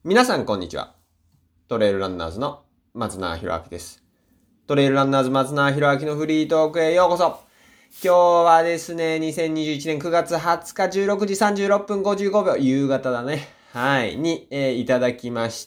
皆さんこんにちは。トレイルランナーズの松永博明です。トレイルランナーズ松永博明のフリートークへようこそ。今日はですね、2021年9月20日16時36分55秒、夕方だね。はい、に、いただきました。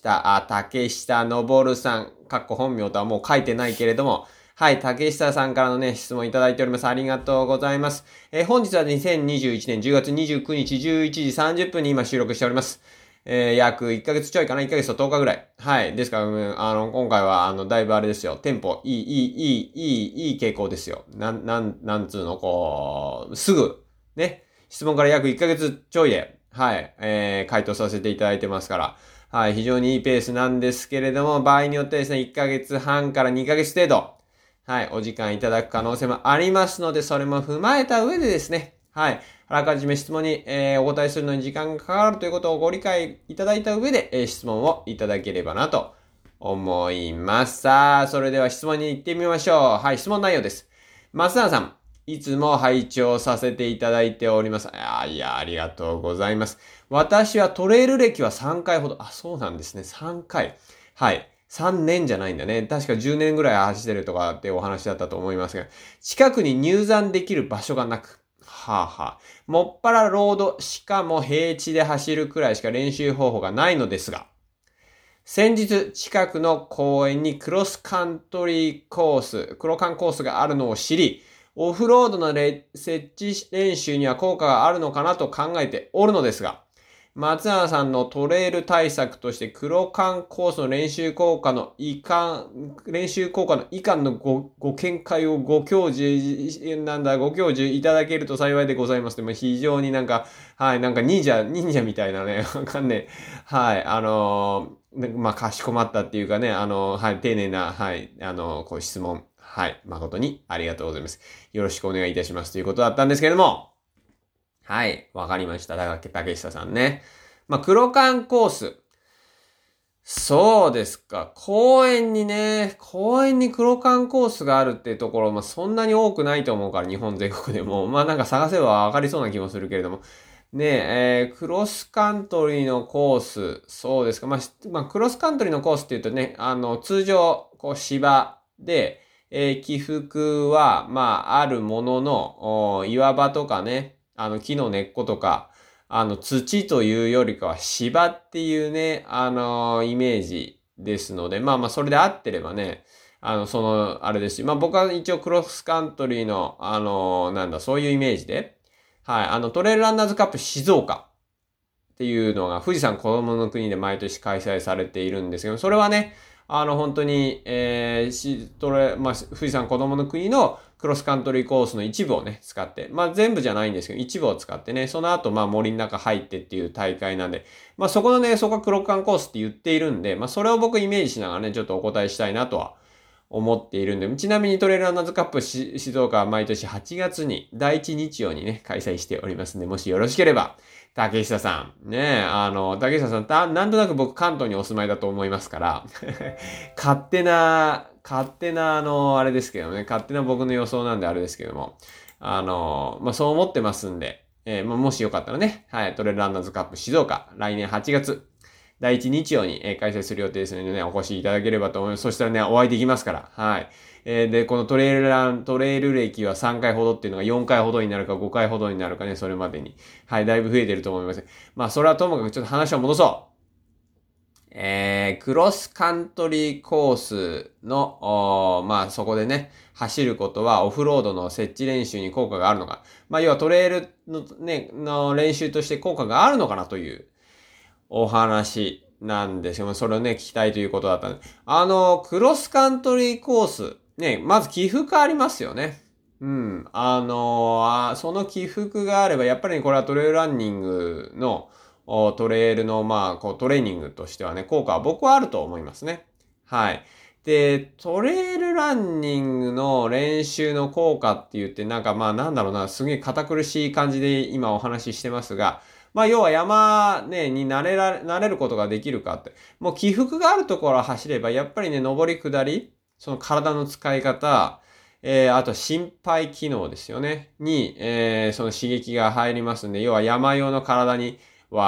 竹下昇さん、本名とはもう書いてないけれども、はい、竹下さんからのね、質問いただいております。ありがとうございます。本日は2021年10月29日11時30分に今収録しております。約1ヶ月ちょいかな ?1 ヶ月と10日ぐらい。はい。ですから、今回は、だいぶあれですよ。テンポ、いい傾向ですよ。なんつうの、すぐ、ね。質問から約1ヶ月ちょいで、はい、回答させていただいてますから、はい、非常にいいペースなんですけれども、場合によってはですね、1ヶ月半から2ヶ月程度、はい、お時間いただく可能性もありますので、それも踏まえた上でですね、はい、あらかじめ質問に、お答えするのに時間がかかるということをご理解いただいた上で、質問をいただければなと思います。さあ、それでは質問に行ってみましょう。はい、質問内容です。松永さん、いつも拝聴させていただいております。ありがとうございます。私はトレイル歴は3回ほど。そうなんですね。3回。はい。3年じゃないんだね。確か10年ぐらい走ってるとかってお話だったと思いますが、近くに入山できる場所がなく、もっぱらロード、しかも平地で走るくらいしか練習方法がないのですが、先日近くの公園にクロスカントリーコース、クロカンコースがあるのを知り、オフロードの設置練習には効果があるのかなと考えておるのですが、松永さんのトレイル対策として黒缶コースの練習効果の以下のご見解をご教授いただけると幸いでございます。でも非常にはい、忍者みたいなね、わかんねえ。はい、かしこまったっていうかね、はい、丁寧な、はい、質問。はい、誠にありがとうございます。よろしくお願いいたしますということだったんですけれども、はい、わかりました。竹下さんね。黒缶コース。そうですか。公園に黒缶コースがあるっていうところ、そんなに多くないと思うから、日本全国でも。探せばわかりそうな気もするけれども。クロスカントリーのコース、そうですか。クロスカントリーのコースって言うとね、通常、芝で、起伏は、あるものの、岩場とかね、木の根っことか、土というよりかは芝っていうね、イメージですので、それで合ってればね、あれですし、僕は一応クロスカントリーの、そういうイメージで、はい、トレイルランナーズカップ静岡っていうのが富士山子供の国で毎年開催されているんですけど、それはね、本当に、富士山子供の国のクロスカントリーコースの一部をね、使って、全部じゃないんですけど、一部を使ってね、その後、森の中入ってっていう大会なんで、そこがクロスカンコースって言っているんで、それを僕イメージしながらね、ちょっとお答えしたいなとは思っているんで、ちなみにトレイルランナーズカップ静岡は毎年8月に第1日曜にね、開催しておりますんで、もしよろしければ、竹下さん。竹下さん、なんとなく僕関東にお住まいだと思いますから、勝手な、あれですけどね、勝手な僕の予想なんであれですけども、そう思ってますんで、もしよかったらね、はい、トレイルランナーズカップ静岡、来年8月、第1日曜に開催する予定ですのでね、お越しいただければと思います。そしたらね、お会いできますから。はい。で、このトレイル歴は3回ほどっていうのが4回ほどになるか5回ほどになるかね、それまでに。はい、だいぶ増えてると思います。それはともかくちょっと話を戻そう。クロスカントリーコースの、そこでね、走ることはオフロードの設置練習に効果があるのか。要はトレイルのね、の練習として効果があるのかなというお話なんですよ。それをね、聞きたいということだったんで。クロスカントリーコース、ね、まず起伏ありますよね。うん。その起伏があれば、やっぱりね、これはトレイルランニングの、トレイルの、トレーニングとしてはね、効果は僕はあると思いますね。はい。で、トレイルランニングの練習の効果って言って、すげえ堅苦しい感じで今お話ししてますが、要は山ね、に慣れることができるかって。もう起伏があるところを走れば、やっぱりね、上り下り、その体の使い方、あと心肺機能ですよね。に、その刺激が入りますんで、要は山用の体には、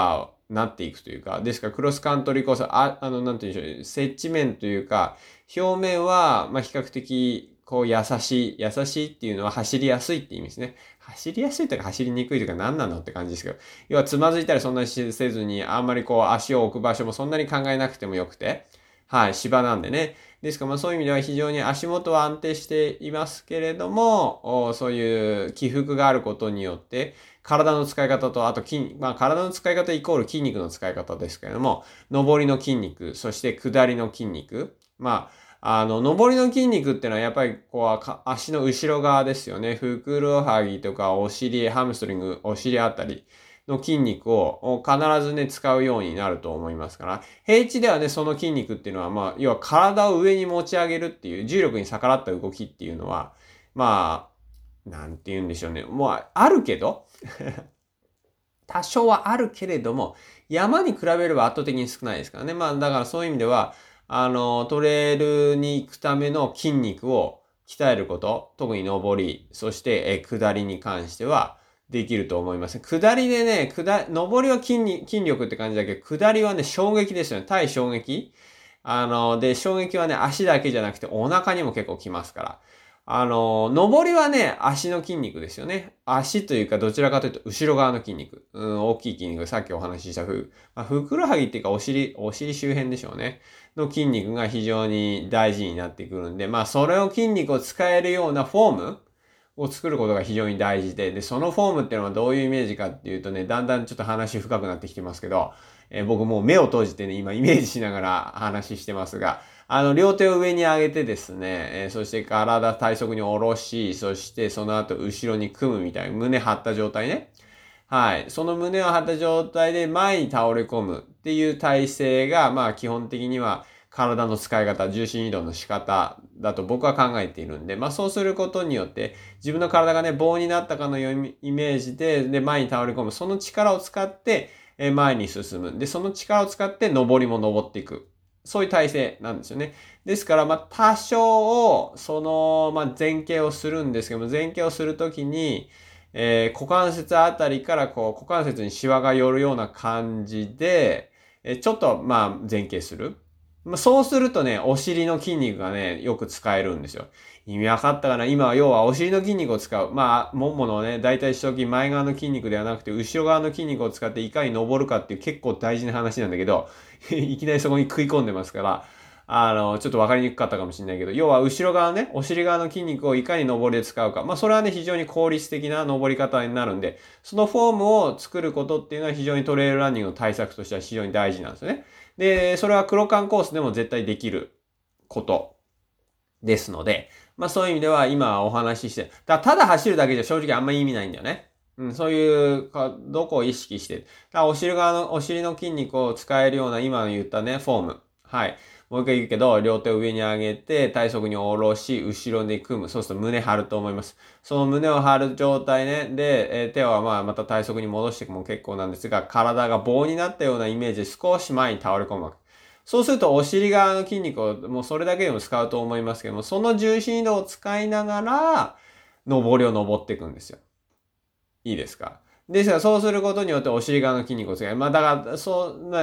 なっていくというか、ですからクロスカントリーコース、なんて言うんでしょう、接地面というか、表面は、比較的、優しいっていうのは走りやすいって意味ですね。走りやすいとか走りにくいとか何なのって感じですけど、要はつまずいたりそんなにせずに、あんまり足を置く場所もそんなに考えなくてもよくて、はい、芝なんでね。ですからそういう意味では非常に足元は安定していますけれども、そういう起伏があることによって、体の使い方と、あと体の使い方イコール筋肉の使い方ですけれども、上りの筋肉、そして下りの筋肉。上りの筋肉っていうのはやっぱり足の後ろ側ですよね。ふくらはぎとかお尻、ハムストリング、お尻あたりの筋肉を必ずね、使うようになると思いますから、平地ではね、その筋肉っていうのは、要は体を上に持ち上げるっていう、重力に逆らった動きっていうのは、なんて言うんでしょうね。もう、あるけど、多少はあるけれども、山に比べれば圧倒的に少ないですからね。だからそういう意味では、トレイルに行くための筋肉を鍛えること、特に上り、そして、下りに関してはできると思います。下りでね、上りは筋力って感じだけど、下りはね、衝撃ですよね。対衝撃。衝撃はね、足だけじゃなくてお腹にも結構きますから。上りはね、足の筋肉ですよね。足というか、どちらかというと、後ろ側の筋肉。大きい筋肉。さっきお話ししたふくらはぎっていうか、お尻周辺でしょうね。の筋肉が非常に大事になってくるんで、それを筋肉を使えるようなフォームを作ることが非常に大事で、そのフォームっていうのはどういうイメージかっていうとね、だんだんちょっと話深くなってきてますけど、僕もう目を閉じてね、今イメージしながら話してますが、両手を上に上げてですね、そして体側に下ろし、そしてその後後ろに組むみたいな、胸張った状態ね。はい。その胸を張った状態で前に倒れ込むっていう体勢が、基本的には体の使い方、重心移動の仕方だと僕は考えているんで、そうすることによって自分の体がね、棒になったかのようにイメージで、前に倒れ込む。その力を使って、前に進む。で、その力を使って上りも上っていく。そういう体勢なんですよね。ですから、多少、前傾をするんですけども、前傾をするときに、股関節あたりから股関節にシワが寄るような感じで、ちょっと前傾する。そうするとね、お尻の筋肉がね、よく使えるんですよ。意味わかったかな？今は要はお尻の筋肉を使う。もものね、大腿四頭筋前側の筋肉ではなくて、後ろ側の筋肉を使っていかに登るかっていう結構大事な話なんだけど、いきなりそこに食い込んでますから、ちょっとわかりにくかったかもしれないけど、要は後ろ側ね、お尻側の筋肉をいかに登りで使うか。それはね、非常に効率的な登り方になるんで、そのフォームを作ることっていうのは非常にトレイルランニングの対策としては非常に大事なんですよね。で、それは黒缶コースでも絶対できることですので、そういう意味では今お話しして、ただ走るだけじゃ正直あんまり意味ないんだよね。そういう、どこを意識して、お尻の筋肉を使えるような今言ったね、フォーム。はい。もう一回言うけど、両手を上に上げて、体側に下ろし、後ろに組む。そうすると胸張ると思います。その胸を張る状態ね。で、手はまた体側に戻しても結構なんですが、体が棒になったようなイメージで少し前に倒れ込むわけ。そうするとお尻側の筋肉をもうそれだけでも使うと思いますけども、その重心移動を使いながら、上りを登っていくんですよ。いいですか？ですが、そうすることによってお尻側の筋肉を使い、だから、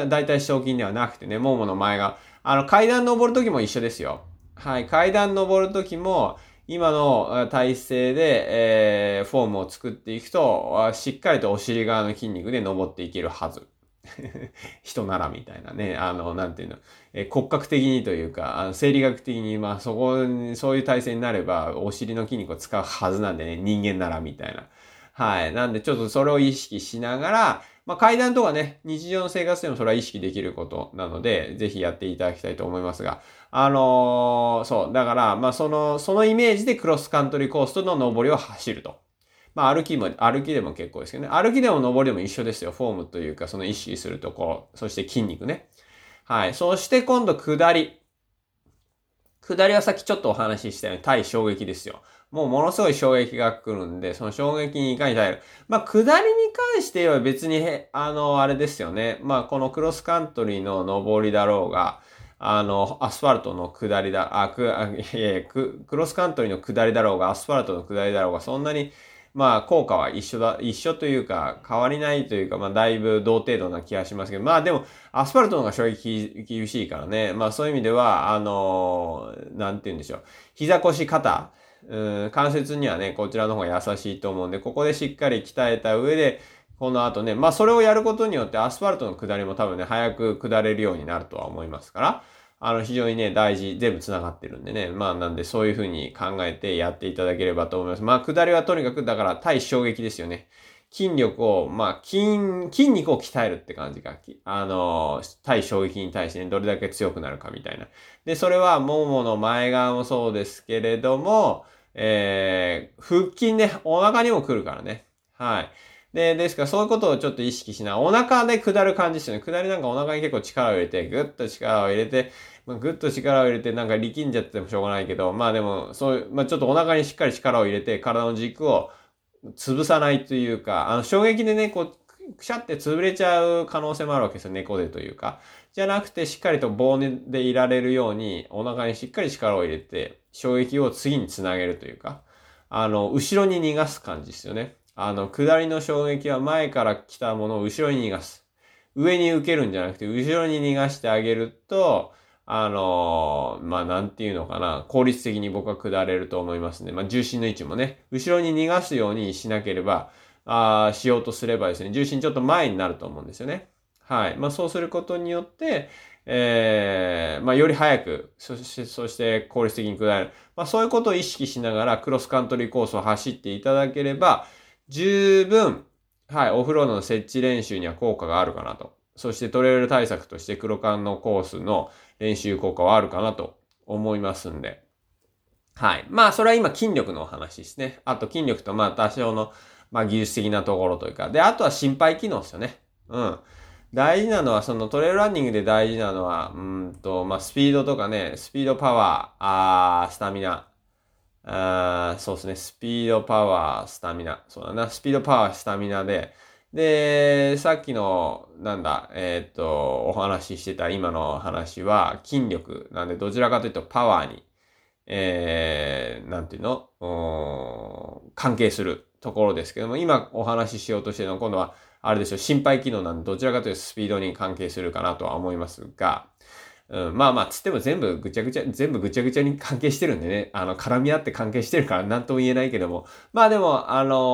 大体四頭筋ではなくてね、ももの前が、階段登るときも一緒ですよ。はい、階段登るときも、今の体勢で、フォームを作っていくと、しっかりとお尻側の筋肉で登っていけるはず。人ならみたいなね、なんていうの、骨格的にというか、生理学的に、そういう体勢になれば、お尻の筋肉を使うはずなんでね、人間ならみたいな。はい。なんでちょっとそれを意識しながら、階段とかね、日常の生活でもそれは意識できることなので、ぜひやっていただきたいと思いますが、そう、だから、そのイメージでクロスカントリーコースとの上りを走ると。歩きでも結構ですけどね。歩きでも上りでも一緒ですよ。フォームというか、その意識するところ、そして筋肉ね。はい。そして今度下り。下りはさっきちょっとお話ししたように対衝撃ですよ。もうものすごい衝撃が来るんで、その衝撃にいかに耐える。下りに関しては別に、あれですよね。このクロスカントリーの上りだろうが、アスファルトの下りだ、クロスカントリーの下りだろうが、アスファルトの下りだろうが、そんなに、 まあ効果は一緒というか変わりないというか、まあだいぶ同程度な気がしますけど、まあでもアスファルトの方が衝撃厳しいからね。まあそういう意味では、なんて言うんでしょう。膝腰肩、関節にはね、こちらの方が優しいと思うんで、ここでしっかり鍛えた上で、この後ね、まあそれをやることによってアスファルトの下りも多分ね、早く下れるようになるとは思いますから、非常にね、大事、全部繋がってるんでね。まあ、なんで、そういう風に考えてやっていただければと思います。まあ、下りはとにかく、だから、対衝撃ですよね。筋力を、まあ、筋肉を鍛えるって感じか。対衝撃に対してね、どれだけ強くなるかみたいな。で、それは、ももの前側もそうですけれども、腹筋ね、お腹にも来るからね。はい。ですから、そういうことをちょっと意識しな。お腹で下る感じですよね。下りなんかお腹に結構力を入れて、ぐっと力を入れて、ぐっと力を入れてなんか力んじゃってもしょうがないけど、まあでも、そういう、まあちょっとお腹にしっかり力を入れて、体の軸を潰さないというか、衝撃でね、こう、くしゃって潰れちゃう可能性もあるわけですよ。猫でというか。じゃなくて、しっかりと棒でいられるように、お腹にしっかり力を入れて、衝撃を次につなげるというか、後ろに逃がす感じですよね。下りの衝撃は前から来たものを後ろに逃がす。上に受けるんじゃなくて、後ろに逃がしてあげると、まあ、なんていうのかな、効率的に僕は下れると思いますね。まあ、重心の位置もね、後ろに逃がすようにしなければ、しようとすればですね、重心ちょっと前になると思うんですよね。はい。まあ、そうすることによって、まあ、より早く、そして効率的に下れる。まあ、そういうことを意識しながら、クロスカントリーコースを走っていただければ、十分、はい、オフロードの設置練習には効果があるかなと。そしてトレイル対策として黒缶のコースの練習効果はあるかなと思いますんで。はい。まあ、それは今筋力のお話ですね。あと筋力とまあ多少の、まあ技術的なところというか。で、あとは心肺機能ですよね。うん。大事なのは、そのトレイルランニングで大事なのは、まあスピードとかね、スピードパワー、スタミナ。そうですね。スピード、パワー、スタミナ。そうだな。スピード、パワー、スタミナで、さっきの、お話ししてた今の話は筋力なんで、どちらかというとパワーに、なんていうの関係するところですけども、今お話ししようとしてるのは、今度は、あれでしょ、心肺機能なんで、どちらかというとスピードに関係するかなとは思いますが、まあまあ、つっても全部ぐちゃぐちゃに関係してるんでね、絡み合って関係してるから何とも言えないけども、まあでも、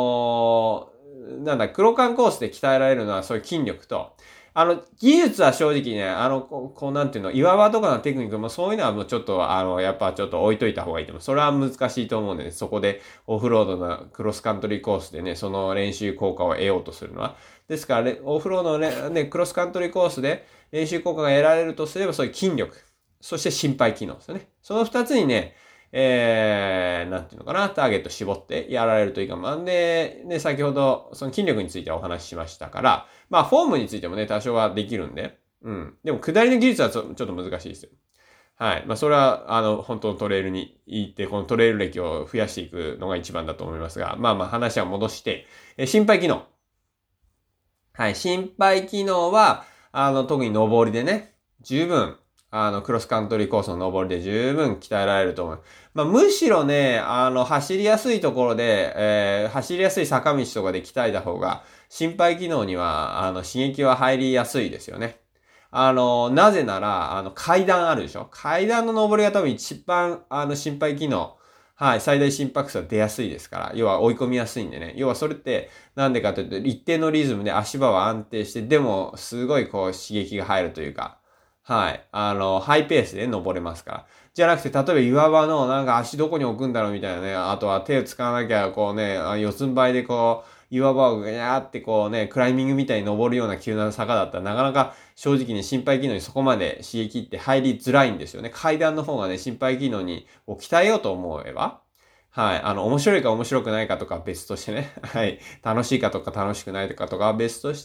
黒缶コースで鍛えられるのはそういう筋力と、技術は正直ね、なんていうの、岩場とかのテクニックもそういうのはもうちょっと、やっぱちょっと置いといた方がいいと思う。それは難しいと思うんでね、そこでオフロードのクロスカントリーコースでね、その練習効果を得ようとするのは。ですからね、オフロードのね、クロスカントリーコースで練習効果が得られるとすれば、そういう筋力、そして心肺機能ですよね。その二つにね、なんていうのかな、ターゲット絞ってやられるといいかも。で、ね、先ほど、その筋力についてお話ししましたから、まあ、フォームについてもね、多少はできるんで、うん。でも、下りの技術はちょっと難しいですよ。はい。まあ、それは、本当のトレイルに行って、このトレイル歴を増やしていくのが一番だと思いますが、まあまあ、話は戻して、心肺機能。はい。心肺機能は、特に上りでね、十分、クロスカントリーコースの上りで十分鍛えられると思う。まあ、むしろね、走りやすいところで、走りやすい坂道とかで鍛えた方が、心肺機能には、刺激は入りやすいですよね。なぜなら、階段あるでしょ。階段の上りが多分一番、心肺機能、はい、最大心拍数は出やすいですから。要は追い込みやすいんでね。要はそれって、なんでかというと、一定のリズムで足場は安定して、でも、すごいこう刺激が入るというか、はい。ハイペースで登れますから。じゃなくて、例えば岩場のなんか足どこに置くんだろうみたいなね。あとは手を使わなきゃ、こうね、四つん這いでこう、岩場をガーってこうね、クライミングみたいに登るような急な坂だったら、なかなか正直に心肺機能にそこまで刺激って入りづらいんですよね。階段の方がね、心肺機能を鍛えようと思えば、はい。面白いか面白くないかとかは別としてね。はい。楽しいかとか楽しくないかとかは別として、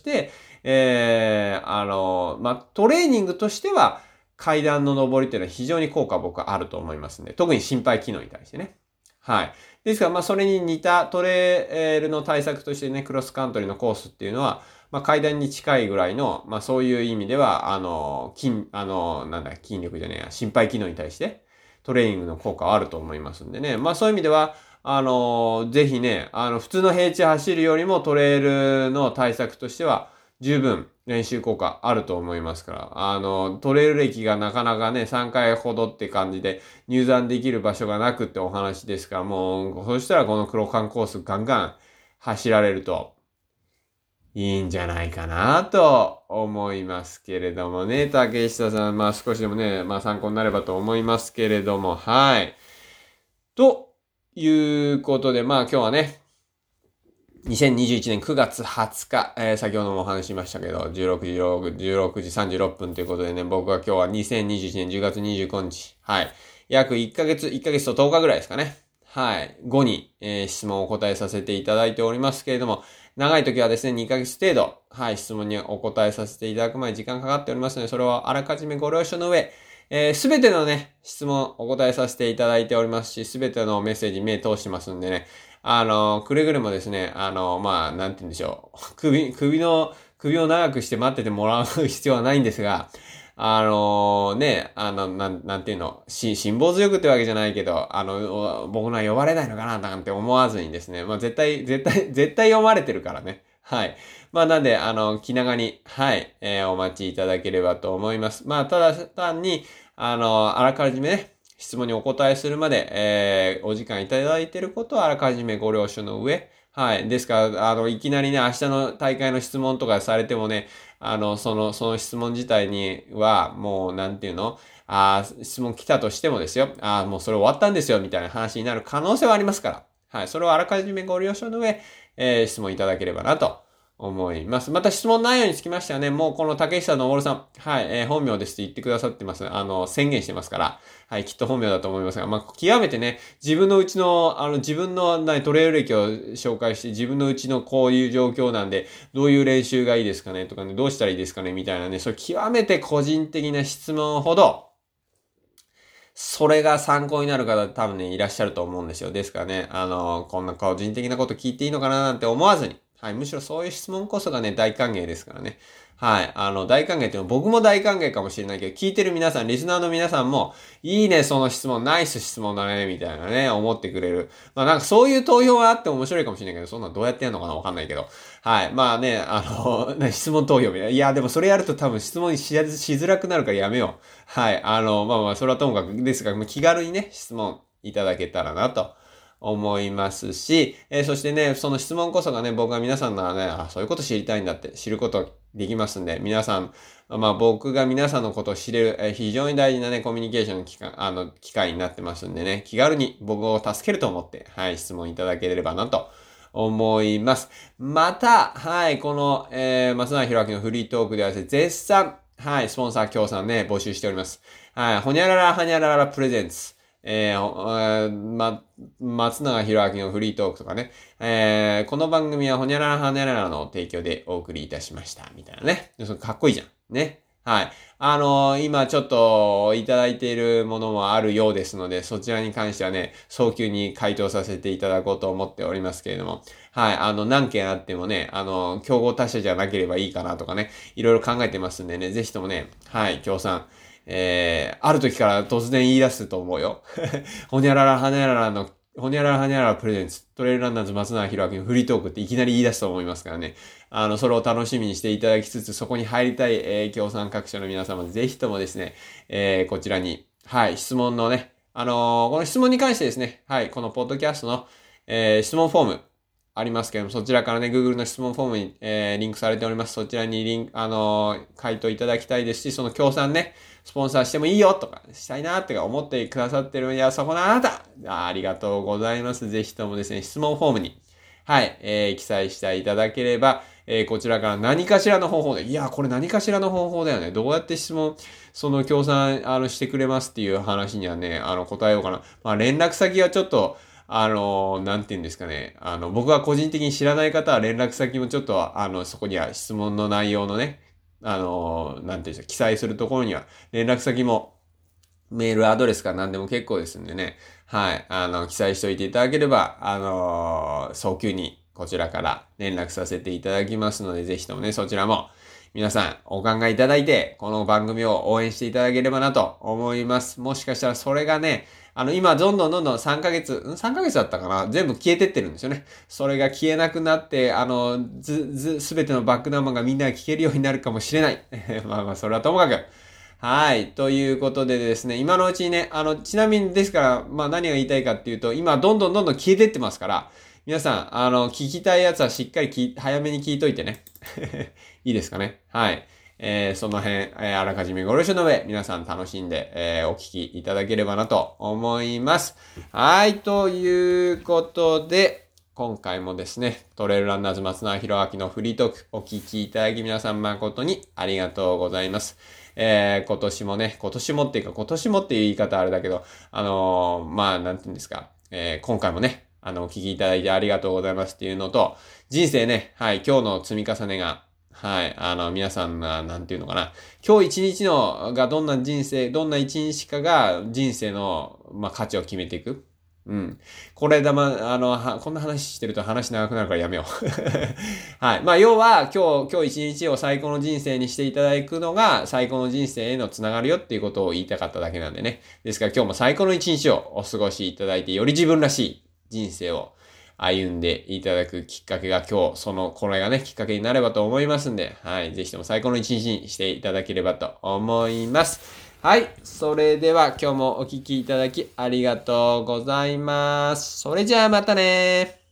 まあ、トレーニングとしては、階段の上りっていうのは非常に効果僕はあると思いますね。特に心肺機能に対してね。はい。ですから、まあ、それに似たトレイルの対策としてね、クロスカントリーのコースっていうのは、まあ、階段に近いぐらいの、まあ、そういう意味では、筋力じゃねえや、心肺機能に対して、トレーニングの効果はあると思いますんでね。まあそういう意味では、 ぜひね、普通の平地走るよりもトレイルの対策としては、十分練習効果あると思いますから、トレイル歴がなかなかね、3回ほどって感じで入山できる場所がなくってお話ですから、もう、そしたらこの黒缶コースガンガン走られるといいんじゃないかなと思いますけれどもね、竹下さん、少しでもね、参考になればと思いますけれども、はい。ということで、今日はね、2021年9月20日、先ほどもお話ししましたけど、16時36分ということでね、僕は今日は2021年10月29日、はい。約1ヶ月と10日ぐらいですかね。はい。後に、質問をお答えさせていただいておりますけれども、長い時はですね、2ヶ月程度、はい、質問にお答えさせていただく前に時間かかっておりますので、それをあらかじめご了承の上、すべてのね、質問お答えさせていただいておりますし、すべてのメッセージ目通してますんでね、くれぐれもですね、なんて言うんでしょう。首を長くして待っててもらう必要はないんですが、なんていうの、辛抱強くってわけじゃないけど、僕のは呼ばれないのかななんて思わずにですね、絶対読まれてるからね。はい。なんで、気長に、はい、お待ちいただければと思います。ただ単に、あらかじめね、質問にお答えするまで、お時間いただいていることはあらかじめご了承の上、はい。ですから、いきなりね、明日の大会の質問とかされてもね、その質問自体には、もう、なんていうの質問来たとしてもですよ。もうそれ終わったんですよ、みたいな話になる可能性はありますから。はい。それをあらかじめご了承の上、質問いただければなと思います。また質問内容につきましてはね、もうこの竹下昇さん、はい、本名ですって言ってくださってます。宣言してますから、はい、きっと本名だと思いますが、極めてね、自分のうちの、自分のトレイル歴を紹介して、自分のうちのこういう状況なんで、どういう練習がいいですかねとかね、どうしたらいいですかねみたいなね、それ極めて個人的な質問ほど、それが参考になる方多分ね、いらっしゃると思うんですよ。ですからね、こんな個人的なこと聞いていいのかななんて思わずに、はい、むしろそういう質問こそがね、大歓迎ですからね。はい、大歓迎っていうのは僕も大歓迎かもしれないけど、聞いてる皆さん、リスナーの皆さんも、いいね、その質問、ナイス質問だね、みたいなね、思ってくれる。なんかそういう投票があって面白いかもしれないけど、そんなどうやってやるのかなわかんないけど。はい、質問投票みたいな。いや、でもそれやると多分質問しづらくなるからやめよう。はい。それはともかくですが、気軽にね、質問いただけたらなと思いますし、そしてね、その質問こそがね、僕が皆さんならね、そういうこと知りたいんだって知ることできますんで、皆さん、僕が皆さんのことを知れる、非常に大事なね、コミュニケーションの機会になってますんでね、気軽に僕を助けると思って、はい、質問いただければなと思います。また、はい、この、松永弘明のフリートークではですね、絶賛、はい、スポンサー協賛ね、募集しております。はい、ほにゃららはにゃららプレゼンツ。松永弘明のフリートークとかね、この番組はほにゃららはにゃららの提供でお送りいたしました。みたいなね。かっこいいじゃん。ね。はい。今ちょっといただいているものもあるようですので、そちらに関してはね、早急に回答させていただこうと思っておりますけれども、はい。何件あってもね、競合他社じゃなければいいかなとかね、いろいろ考えてますんでね、ぜひともね、はい、協賛、ある時から突然言い出すと思うよ。ほにゃららはにゃららの、ほにゃららはにゃららプレゼンツ、トレイルランナーズ松永弘明のフリートークっていきなり言い出すと思いますからね。それを楽しみにしていただきつつ、そこに入りたい、協賛各社の皆様、ぜひともですね、こちらに、はい、質問のね、この質問に関してですね、はい、このポッドキャストの、質問フォーム、ありますけども、そちらからね、Google の質問フォームに、リンクされております。そちらに回答いただきたいですし、その協賛ね、スポンサーしてもいいよとか、したいなって思ってくださってる、いや、そこのあなたありがとうございます。ぜひともですね、質問フォームに、はい、記載していただければ、こちらから何かしらの方法で、いや、これ何かしらの方法だよね。どうやって質問、その協賛、してくれますっていう話にはね、答えようかな。連絡先はちょっと、なんて言うんですかね。僕が個人的に知らない方は連絡先もちょっと、そこには質問の内容のね、なんて言うんですか、記載するところには連絡先もメールアドレスか何でも結構ですんでね。はい。記載しておいていただければ、早急にこちらから連絡させていただきますので、ぜひともね、そちらも皆さんお考えいただいて、この番組を応援していただければなと思います。もしかしたらそれがね、今どんどん3ヶ月だったかな全部消えてってるんですよね。それが消えなくなって、すべてのバックナンバーがみんなが聞けるようになるかもしれない。まあ、それはともかく。はい。ということでですね、今のうちにね、ちなみにですから、まあ何が言いたいかっていうと、今どんどん消えてってますから、皆さん、聞きたいやつはしっかり早めに聞いといてね。いいですかね。はい。その辺、あらかじめご了承の上、皆さん楽しんで、お聞きいただければなと思います。はい。ということで、今回もですね、トレイルランナーズ松永博明のフリートークお聞きいただき皆さん誠にありがとうございます。今年もっていう言い方あれだけど、まあ、なんていうんですか、今回もね、お聞きいただいてありがとうございますっていうのと、人生ね、はい、今日の積み重ねが、はい、皆さんが、なんていうのかな、今日一日がどんな一日かが人生の、まあ、価値を決めていく。うん。これだま、こんな話してると話長くなるからやめよう。はい。まあ、要は、今日一日を最高の人生にしていただくのが、最高の人生へのつながるよっていうことを言いたかっただけなんでね。ですから今日も最高の一日をお過ごしいただいて、より自分らしい人生を歩んでいただくきっかけが今日、これがね、きっかけになればと思いますんで、はい。ぜひとも最高の一日にしていただければと思います。はい。それでは今日もお聞きいただきありがとうございます。それじゃあまたね